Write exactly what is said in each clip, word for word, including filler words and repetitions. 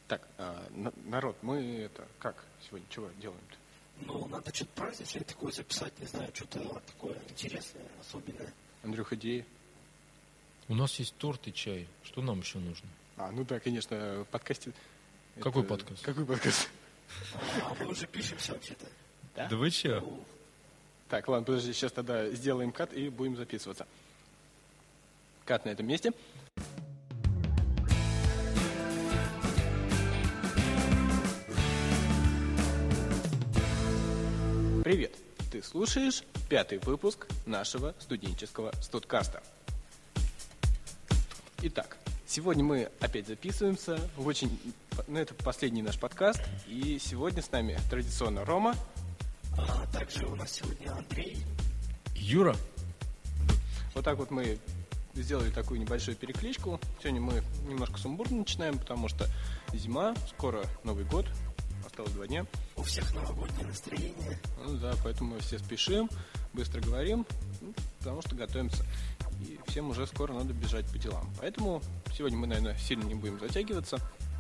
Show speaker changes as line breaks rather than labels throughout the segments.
Так, а, на- народ, мы это как сегодня, чего делаем-то?
Ну, надо что-то праздничное такое записать, не знаю, что-то такое интересное, особенное.
Андрюх, идеи?
У нас есть торт и чай. Что нам еще нужно?
А, ну да, конечно, в подкасте...
Какой
это-
подкаст?
Какой подкаст?
А мы уже пишемся вообще-то.
Да?
Да вы че?
Так, ладно, подожди, сейчас тогда сделаем кат и будем записываться. Кат на этом месте. Привет! Ты слушаешь пятый выпуск нашего студенческого студкаста. Итак, сегодня мы опять записываемся в очень... Ну, это последний наш подкаст. И сегодня с нами традиционно Рома.
А также у нас сегодня Андрей.
Юра?
Вот так вот мы сделали такую небольшую перекличку. Сегодня мы немножко сумбурно начинаем, потому что зима, скоро Новый год, осталось два дня.
У всех новогоднее настроение.
Ну да, поэтому мы все спешим, быстро говорим, ну, потому что готовимся. И всем уже скоро надо бежать по делам. Поэтому сегодня мы, наверное, сильно не будем затягиваться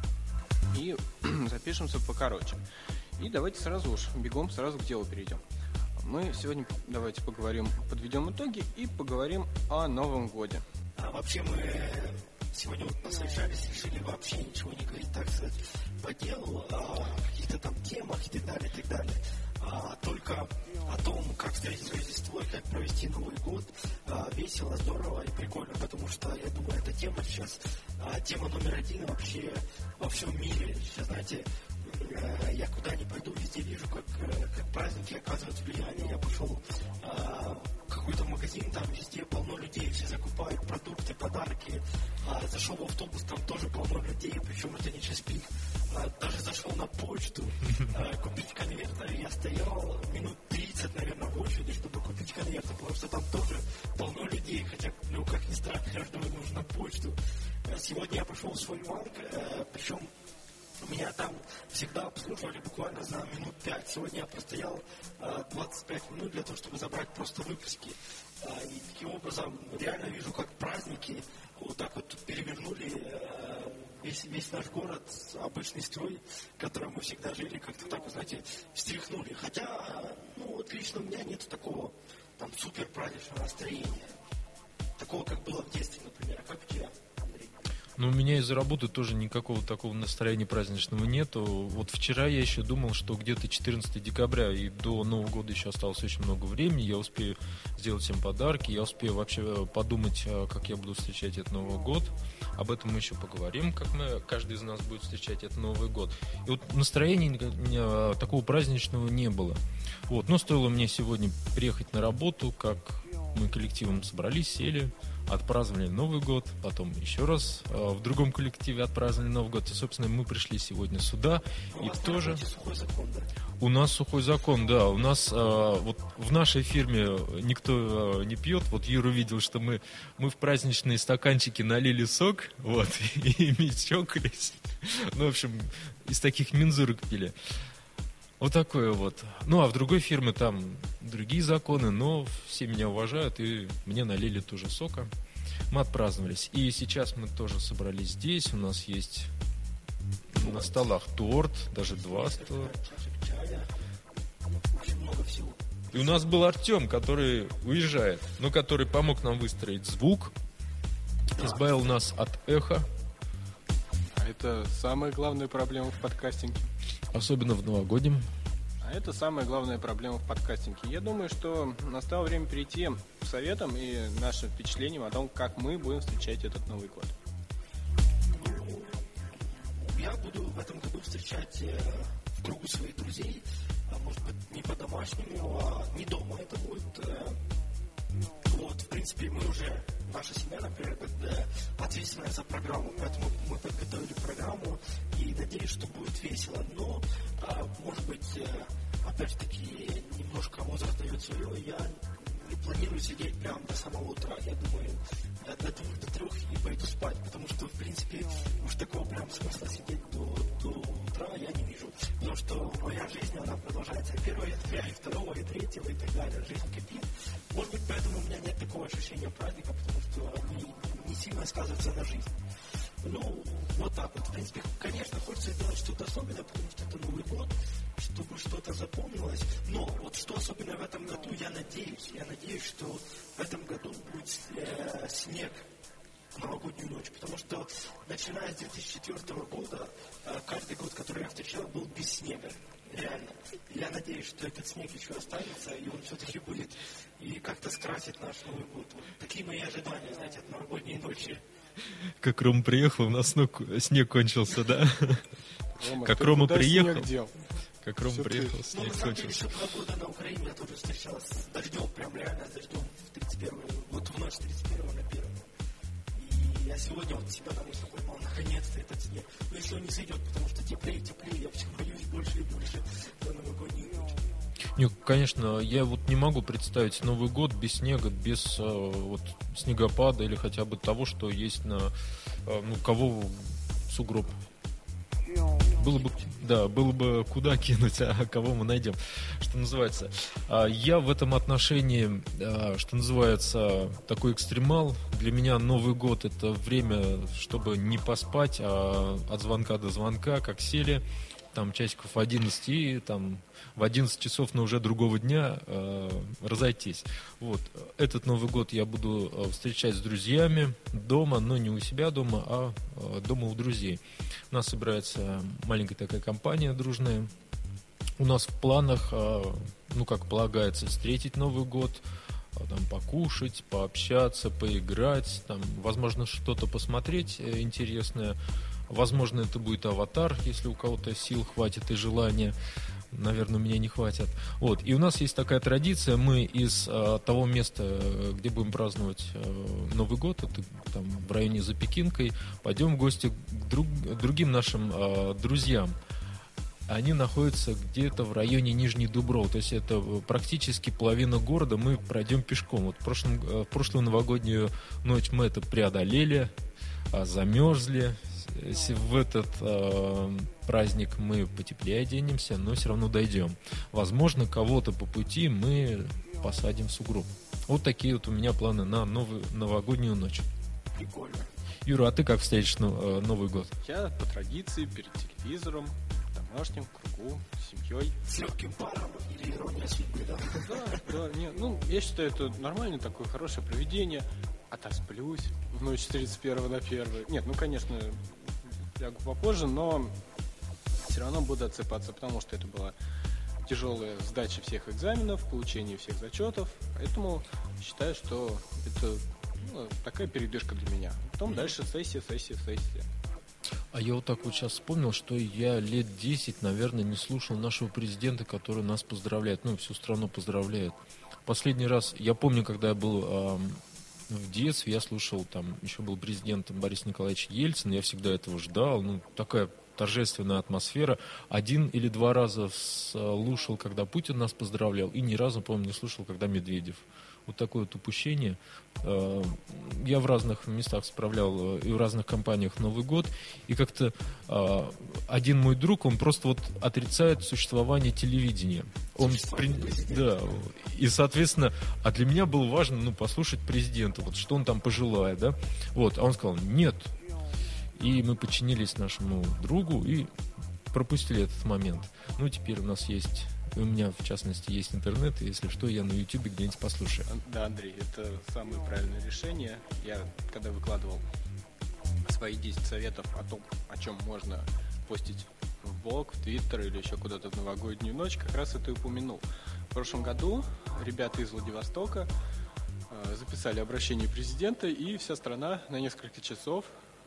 и запишемся покороче. И давайте сразу уж бегом сразу к делу перейдем. Мы сегодня давайте поговорим, подведем итоги и поговорим о Новом годе.
А вообще мы сегодня вот насовещались, решили вообще ничего не говорить, так сказать, по делу, о каких-то там темах и так далее, и так далее. А только о том, как встретить Рождество и как провести Новый год. А, весело, здорово и прикольно, потому что, я думаю, эта тема сейчас, а, тема номер один вообще во всем мире. Сейчас, знаете, я куда ни пойду, везде вижу, как, как праздники оказывают влияние. Я пошел а, в какой-то магазин, там везде полно людей, все закупают продукты, подарки. А, зашел в автобус, там тоже полно людей, причем это не час пик. А, даже зашел на почту а, купить конверты. Я стоял минут тридцать, наверное, в очереди, чтобы купить конверты, потому что там тоже полно людей, хотя, ну, как ни странно, каждому нужно на почту. А, сегодня я пошел в свой банк, а, причем меня там всегда обслуживали буквально за минут пять. Сегодня я простоял а, двадцать пять минут для того, чтобы забрать просто выписки. А, и таким образом реально вижу, как праздники вот так вот перевернули а, весь, весь наш город, обычный строй, в котором мы всегда жили, как-то так, вы знаете, встряхнули. Хотя, ну вот лично у меня нет такого там супер праздничного настроения. Такого, как было в детстве, например. Как у тебя, Андрей?
Ну, у меня из-за работы тоже никакого такого настроения праздничного нету. Вот вчера я еще думал, что где-то четырнадцатого декабря и до Нового года еще осталось очень много времени. Я успею сделать всем подарки, я успею вообще подумать, как я буду встречать этот Новый год. Об этом мы еще поговорим, как мы, каждый из нас будет встречать этот Новый год. И вот настроения такого праздничного не было. Вот. Но стоило мне сегодня приехать на работу, как мы коллективом собрались, сели, отпраздновали Новый год, потом еще раз э, в другом коллективе отпраздновали Новый год. И, собственно, мы пришли сегодня сюда.
У
И
вас
тоже...
сухой закон, да?
У нас сухой закон, да. У нас э, вот в нашей фирме никто э, не пьет. Вот Юра видел, что мы, мы в праздничные стаканчики налили сок, вот, и ими чокались. Ну, в общем, из таких мензурок пили. Вот такое вот. Ну, а в другой фирме там другие законы, но все меня уважают, и мне налили тоже сока. Мы отпраздновались. И сейчас мы тоже собрались здесь. У нас есть на столах торт, даже два стола. И у нас был Артем, который уезжает, но который помог нам выстроить звук, избавил нас от эха.
А это самая главная проблема в подкастинге.
Особенно в новогоднем.
А это самая главная проблема в подкастинге. Я думаю, что настало время перейти к советам и нашим впечатлениям о том, как мы будем встречать этот Новый год.
Я буду в этом году встречать э, в кругу своих друзей, а может быть не по-домашнему, а не дома это будет. Э, вот, в принципе, мы уже, наша семья, например, э, ответственная за программу, поэтому мы подготовили программу и надеюсь, что будет весело. Но, э, может быть, э, опять же таки, немножко возраст дает свое, я не планирую сидеть прямо до самого утра, я думаю, до двух, до трех и пойду спать, потому что, в принципе, уж такого прям смысла сидеть до, до утра я не вижу. Потому что моя жизнь, она продолжается и первого января, и второго, и третьего, и так далее. Жизнь кипит. Может быть, поэтому у меня нет такого ощущения праздника, потому что они не сильно сказываются на жизни. Ну, вот так вот. В принципе, конечно, хочется это я надеюсь, я надеюсь, что в этом году будет э, снег в новогоднюю ночь, потому что начиная с две тысячи четвёртого года э, каждый год, который я встречал, был без снега. Реально. Я надеюсь, что этот снег еще останется, и он все-таки будет и как-то скрасит наш Новый год. Вот такие мои ожидания, знаете, от новогодней ночи.
Как Рома приехал, у нас снег кончился, да?
Рома,
как Рома приехал.
Снег дел?
Как Рома
Все
приехал,
ты.
снег
Ну, на самом деле,
кончился.
еще два года на Украине я тоже встречал с дождем, прям реально с дождем в тридцать первого, вот в ночь тридцать первого на первого. И я сегодня вот себя на мысли поймал, наконец-то этот снег. Но если он не сойдет, потому что теплее, теплее, я все боюсь больше и больше до новогодней ночи.
Не, конечно, я вот не могу представить Новый год без снега, без э, вот, снегопада или хотя бы того, что есть на, э, ну, кого сугроб. Было бы, да, было бы куда кинуть, а кого мы найдем, что называется. А я в этом отношении, а, что называется, такой экстремал. Для меня Новый год — это время, чтобы не поспать, а от звонка до звонка, как сели, там часиков одиннадцать, и там в одиннадцать часов, но уже другого дня э, разойтись. Вот. Этот Новый год я буду э, встречать с друзьями дома, но не у себя дома, а э, дома у друзей. У нас собирается маленькая такая компания дружная. У нас в планах, э, ну, как полагается, встретить Новый год, э, там, покушать, пообщаться, поиграть, там, возможно, что-то посмотреть э, интересное. Возможно, это будет «Аватар», если у кого-то сил хватит и желания. Наверное, у меня не хватит. Вот. И у нас есть такая традиция. Мы из а, того места, где будем праздновать а, Новый год, это там в районе за Пекинкой, пойдем в гости к друг, другим нашим а, друзьям. Они находятся где-то в районе Нижней Дубровы. То есть это практически половина города мы пройдем пешком. Вот в, прошлом, в прошлую новогоднюю ночь мы это преодолели, а, замерзли. В этот э, праздник мы потеплее оденемся, но все равно дойдем. Возможно, кого-то по пути мы посадим в сугроб. Вот такие вот у меня планы на новый, новогоднюю ночь.
Прикольно.
Юра, а ты как встретишь ну, Новый год?
Я по традиции перед телевизором, в домашнем кругу, с семьей.
С легким паром или ирония судьбы, да?
Да, да, нет, ну, я считаю, это нормальное такое хорошее проведение. Отосплюсь в ночь с тридцать первого на первое. Нет, ну, конечно, лягу попозже, но все равно буду отсыпаться, потому что это была тяжелая сдача всех экзаменов, получение всех зачетов. Поэтому считаю, что это ну, такая передышка для меня. Потом дальше сессия, сессия, сессия.
А я вот так вот сейчас вспомнил, что я лет десять, наверное, не слушал нашего президента, который нас поздравляет, ну, всю страну поздравляет. Последний раз, я помню, когда я был э, в детстве, я слушал, там, еще был президентом Борис Николаевич Ельцин, я всегда этого ждал, ну, такая торжественная атмосфера. Один или два раза слушал, когда Путин нас поздравлял, и ни разу, по-моему, не слушал, когда Медведев. Вот такое вот упущение. Я в разных местах справлял и в разных компаниях Новый год, и как-то один мой друг, он просто вот отрицает существование телевидения. Он при... да, и, соответственно, а для меня было важно, ну, послушать президента, вот что он там пожелает, да, вот, а он сказал, нет. И мы подчинились нашему другу и пропустили этот момент. Ну, теперь у нас есть, у меня, в частности, есть интернет, и если что, я на ютубе где-нибудь послушаю.
Да, Андрей, это самое правильное решение. Я, когда выкладывал свои десять советов о том, о чем можно постить в блог, в твиттер или еще куда-то в новогоднюю ночь, как раз это и упомянул. В прошлом году ребята из Владивостока э, записали обращение президента, и вся страна на несколько часов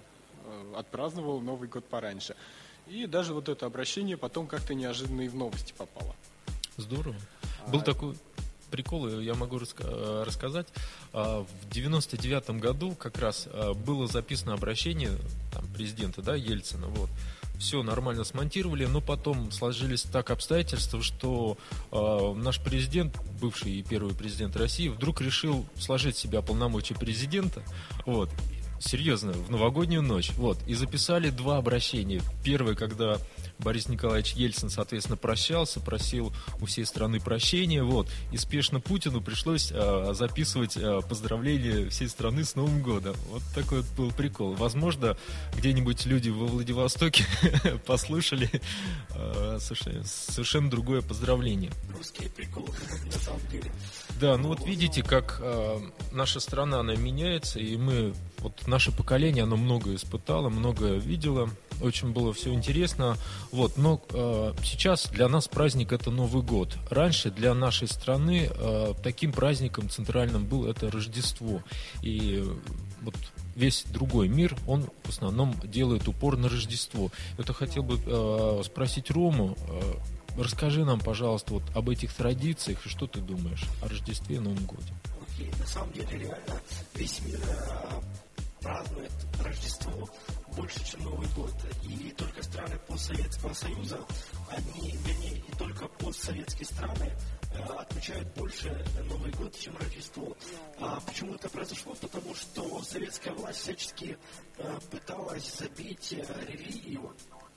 э, отпраздновала Новый год пораньше. И даже вот это обращение потом как-то неожиданно и в новости попало.
Здорово.
А...
Был такой прикол, я могу раска- рассказать. В девяносто девятом году как раз было записано обращение там, президента, да, Ельцина. Вот. Все нормально смонтировали, но потом сложились так обстоятельства, что э, наш президент, бывший и первый президент России, вдруг решил сложить в себя полномочия президента. Вот. Серьезно, в новогоднюю ночь. Вот. И записали два обращения. Первое, когда Борис Николаевич Ельцин, соответственно, прощался, просил у всей страны прощения. Вот. И спешно Путину пришлось а, записывать а, поздравления всей страны с Новым годом. Вот такой вот был прикол. Возможно, где-нибудь люди во Владивостоке послушали а, совершенно, совершенно другое поздравление.
Русский прикол, на самом деле.
Да, ну вот видите, как э, наша страна, она меняется, и мы, вот наше поколение, оно много испытало, много видело, очень было все интересно, вот, но э, сейчас для нас праздник — это Новый год. Раньше для нашей страны э, таким праздником центральным был это Рождество, и вот весь другой мир, он в основном делает упор на Рождество. Это хотел бы э, спросить Рому. э, Расскажи нам, пожалуйста, вот об этих традициях, и что ты думаешь о Рождестве и Новом годе?
Окей, на самом деле, реально, весь мир а, празднует Рождество больше, чем Новый год. И только страны постсоветского союза, они, вернее, и только постсоветские страны а, отмечают больше Новый год, чем Рождество. А почему это произошло? Потому что советская власть всячески а, пыталась забить а, религию.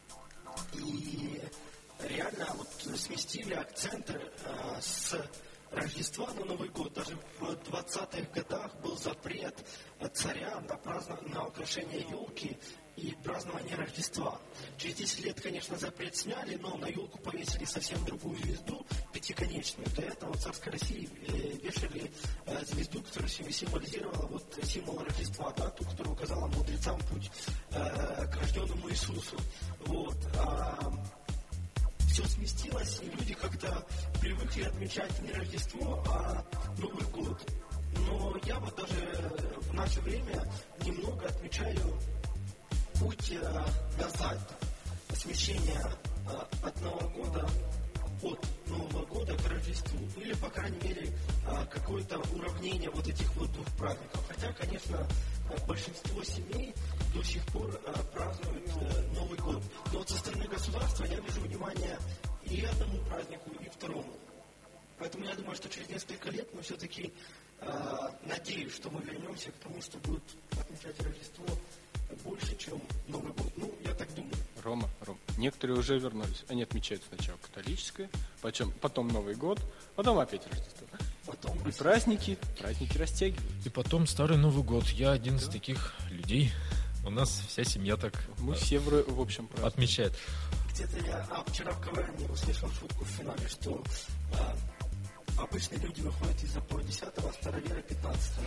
И реально вот сместили акценты э, с Рождества на Новый год. Даже в двадцатых годах был запрет царя на, праздно... на украшение елки и празднование Рождества. Через десять лет, конечно, запрет сняли, но на елку повесили совсем другую звезду, пятиконечную. До этого в царской России э, вешали э, звезду, которая символизировала вот, символ Рождества, да, ту, которая указала мудрецам путь э, к рожденному Иисусу. Вот. А, все сместилось, и люди как-то привыкли отмечать не Рождество, а Новый год. Но я вот даже в наше время немного отмечаю путь э, назад, смещение э, от Нового года, от Нового года к Рождеству. Или, по крайней мере, э, какое-то уравнение вот этих вот двух праздников. Хотя, конечно, большинство семей до сих пор э, празднуют э, Новый год. Но вот со стороны государства я вижу внимание и одному празднику, и второму. Поэтому я думаю, что через несколько лет мы все-таки, э, надеюсь, что мы вернемся к тому, что будет отмечать Рождество больше, чем Новый год. Ну, я так думаю.
Рома, Ром, некоторые уже вернулись. Они отмечают сначала католическое, потом, потом Новый год, потом опять Рождество.
Потом
и праздники, праздники растягивают.
И потом Старый Новый год. Я один из таких людей. У нас вся семья так
Мы
а,
все в, в общем празднуем.
отмечает.
Где-то я а, вчера в КВН услышал шутку в финале, что а, обычные люди выходят из запоя десятого, а староверы пятнадцатого.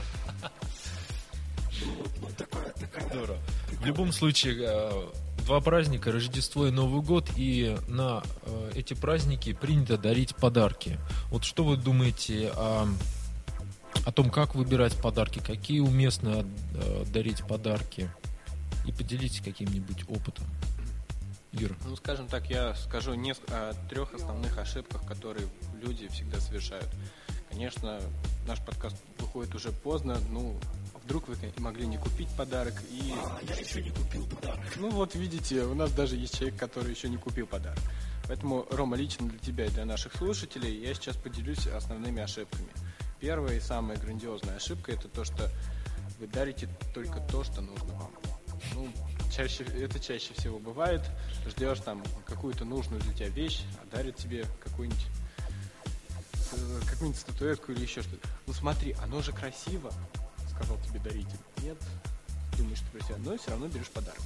Вот такая, такая.
Здорово. В любом случае, два праздника, Рождество и Новый год, и на эти праздники принято дарить подарки. Вот что вы думаете о, о том, как выбирать подарки, какие уместно дарить подарки? И поделитесь каким-нибудь опытом. Юра.
Ну, скажем так, я скажу несколько, о трех основных ошибках, которые люди всегда совершают. Конечно, наш подкаст выходит уже поздно, ну, вдруг вы могли не купить подарок и...
А, я еще не купил подарок.
Ну, вот видите, у нас даже есть человек, который еще не купил подарок. Поэтому, Рома, лично для тебя и для наших слушателей я сейчас поделюсь основными ошибками. Первая и самая грандиозная ошибка – это то, что вы дарите только то, что нужно вам. Ну, чаще, это чаще всего бывает. Ждешь там какую-то нужную для тебя вещь, а дарят тебе какую-нибудь какую-нибудь статуэтку или еще что-то. Ну смотри, оно же красиво, сказал тебе даритель. Нет, думаешь, что красиво, но все равно берешь подарок.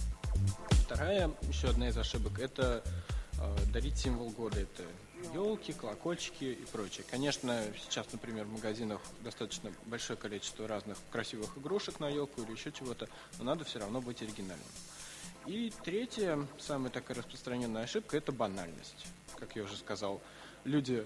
Вторая, еще одна из ошибок, это э, дарить символ года. Это елки, колокольчики и прочее. Конечно, сейчас, например, в магазинах достаточно большое количество разных красивых игрушек на елку или еще чего-то, но надо все равно быть оригинальным. И третья, самая такая распространенная ошибка, это банальность. Как я уже сказал, люди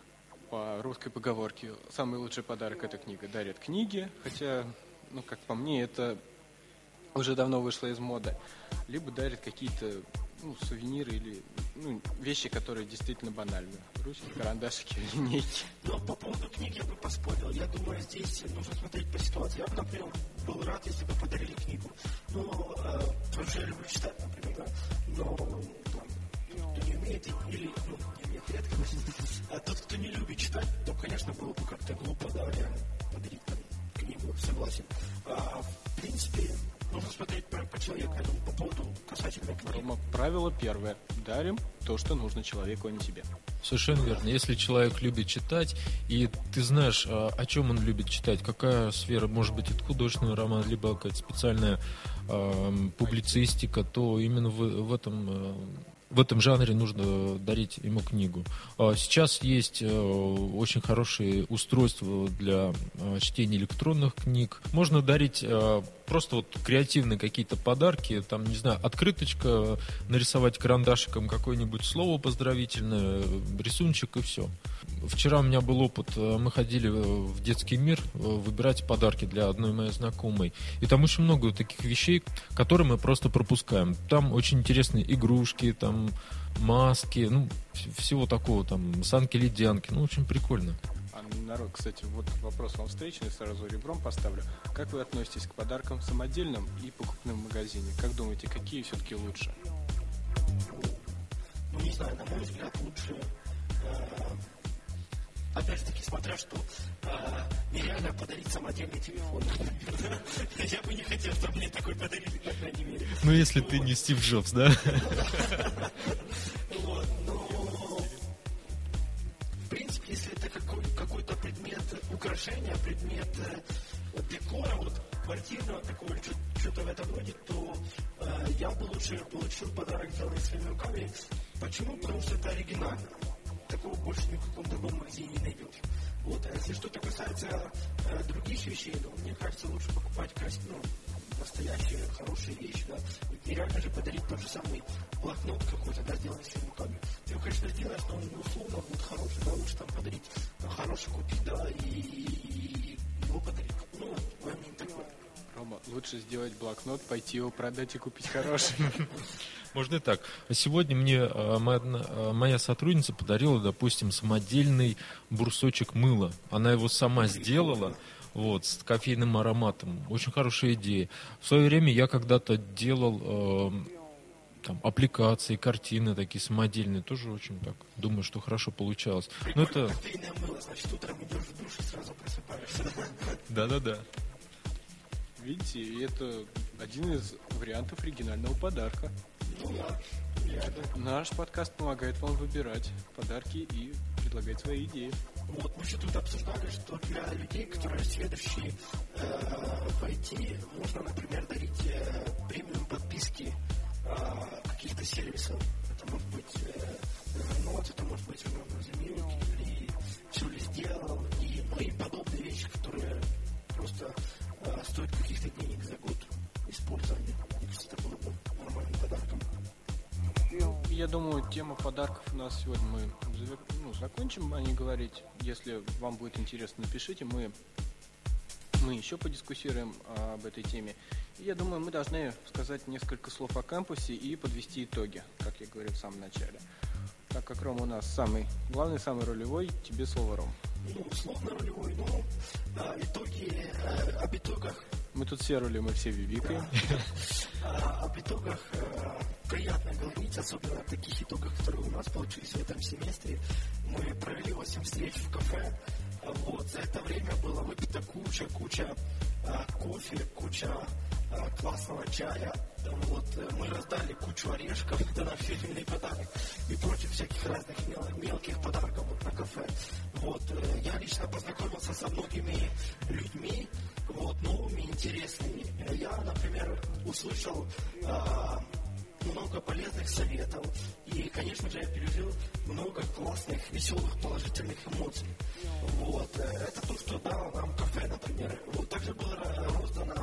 по русской поговорке самый лучший подарок — это книга. Дарят книги, хотя, ну, как по мне, это уже давно вышло из моды. Либо дарят какие-то ну, сувениры или ну, вещи, которые действительно банальны. Ручки, карандашики, линейки.
Но по поводу книг я бы поспорил. Я думаю, здесь нужно смотреть по ситуации. Я бы, например, был рад, если бы подарили книгу. Но, э, потому что я люблю читать, например, да. Но там, кто не умеет или, ну, не умеет редко, а тот, кто не любит читать, то, конечно, было бы как-то глупо, да, реально подарить там книгу, согласен. А, в принципе, бесплатных книг.
Рома, правило первое. Дарим то, что нужно человеку, а не себе.
Совершенно верно. Если человек любит читать, и ты знаешь, о чем он любит читать, какая сфера, может быть, это художественный роман, либо какая-то специальная э, публицистика, то именно в, в этом... Э, В этом жанре нужно дарить ему книгу. Сейчас есть очень хорошие устройства для чтения электронных книг. Можно дарить просто вот креативные какие-то подарки, там, не знаю, открыточка, нарисовать карандашиком какое-нибудь слово поздравительное, рисунчик и все. Вчера у меня был опыт, мы ходили в детский мир выбирать подарки для одной моей знакомой. И там очень много таких вещей, которые мы просто пропускаем. Там очень интересные игрушки, там маски, ну, всего такого, там, санки-ледянки, ну, очень прикольно.
А, народ, кстати, вот вопрос вам встречный, сразу ребром поставлю. Как вы относитесь к подаркам самодельным и покупным в магазине? Как думаете, какие все-таки лучше?
Ну, не знаю, на мой взгляд, лучше... Опять-таки, смотря что, а, нереально подарить самодельный телефон. Я бы не хотел, чтобы мне такой подарили, по крайней мере.
Ну, если ты не Стив Джобс, да?
Вот, но... В принципе, если это какой- какой-то предмет украшения, предмет э, декора, вот, квартирного такого, что- что-то в этом роде, то э, я бы лучше получил подарок, сделанный своими руками. Почему? Потому что это оригинально. Такого больше ни в каком другом магазине не найдешь. Вот. А если что-то касается э, других вещей, то мне кажется, лучше покупать ну, настоящие, хорошие вещи. Да. Ведь нереально же подарить тот же самый блокнот какой-то, да, сделанный своими руками. Ты его, конечно, сделаешь, но он условно будет хороший, да, лучше там подарить, хороший купить, да, и, и его подарить. Ну, мое мнение такое.
Рома, лучше сделать блокнот, пойти его продать и купить хороший.
Можно и так. Сегодня мне а, моя, а, моя сотрудница подарила, допустим, самодельный брусочек мыла. Она его сама сделала, вот, с кофейным ароматом. Очень хорошая идея. В свое время я когда-то делал э, там, аппликации, картины такие самодельные. Тоже очень так, думаю, что хорошо получалось. Но это...
Кофейное мыло, значит, утром идешь в душ и сразу просыпаешься.
Да-да-да.
Видите, и это один из вариантов оригинального подарка.
Ну да, реально.
Наш подкаст помогает вам выбирать подарки и предлагать свои идеи.
Вот, мы же тут обсуждали, что для людей, которые следующие э, в ай ти, можно, например, дарить э, премиум подписки э, каких-то сервисов. Это может быть э, нот, это может быть замилки, или все ли сделал, и, ну, и подобные вещи, которые просто э, стоят каких-то денег за год использования. Мне кажется, это было бы нормальным подарком.
Я думаю, тему подарков у нас сегодня мы завер... ну, закончим, а не говорить. Если вам будет интересно, напишите, мы, мы еще подискуссируем об этой теме. И я думаю, мы должны сказать несколько слов о кампусе и подвести итоги, как я говорил в самом начале. Так как Рома у нас самый главный, самый ролевой, тебе слово, Ром.
Ну, условно ролевой, но а, итоги, а, об итогах.
Мы тут все роли, мы все вивикаем.
А, об итогах а, приятно говорить, особенно о таких итогах, которые у нас получились в этом семестре. Мы провели восемь встреч в кафе. Вот, за это время было выпито куча-куча а, кофе, куча а, классного чая. Вот, мы раздали кучу орешков, это наш фирменный подарок, и прочих всяких разных мел- мелких подарков вот, на кафе. Вот, я лично познакомился со многими людьми, вот, новыми, интересными. Я, например, услышал а, много полезных советов, и, конечно же, я пережил много классных, веселых, положительных эмоций. Вот, это то, что дало нам кафе, например. Вот, также было роздано,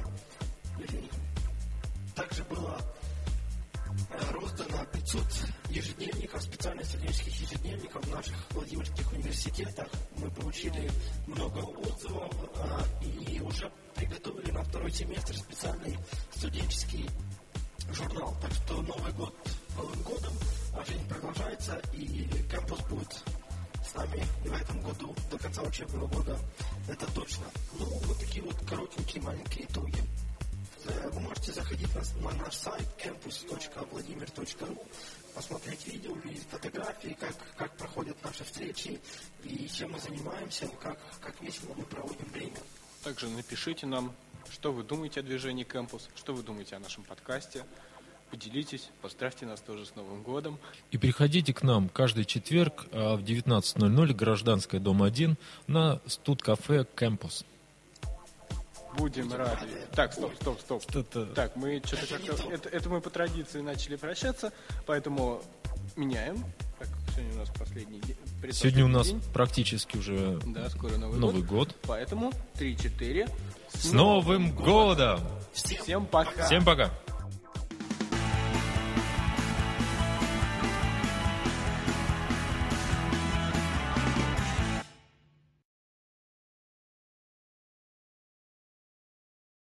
также было роздано пятьсот ежедневников, специально студенческих ежедневников в наших Владимирских университетах. Мы получили много отзывов а, и уже приготовили на второй семестр специальный студенческий журнал. Так что Новый год Новым годом, а жизнь продолжается, и кампус будет с нами в этом году до конца учебного года. Это точно. Ну, вот такие вот коротенькие маленькие итоги. Вы можете заходить на, на наш сайт campus точка vladimir точка ru, посмотреть видео, увидеть фотографии, как, как проходят наши встречи и чем мы занимаемся, как, как весело мы проводим время.
Также напишите нам, что вы думаете о движении Campus, что вы думаете о нашем подкасте, поделитесь, поздравьте нас тоже с Новым годом.
И приходите к нам каждый четверг в девятнадцать ноль ноль, Гражданская, дом один, на студ-кафе «Кэмпус».
Будем рады. Так, стоп, стоп, стоп.
Что-то...
Так, мы что-то как-то... Это, это мы по традиции начали прощаться, поэтому меняем. Так, сегодня у нас последний день.
Сегодня у нас
день.
практически уже
да, скоро Новый,
Новый
год.
год.
Поэтому три-четыре.
С Новым годом!
Всем пока!
Всем пока!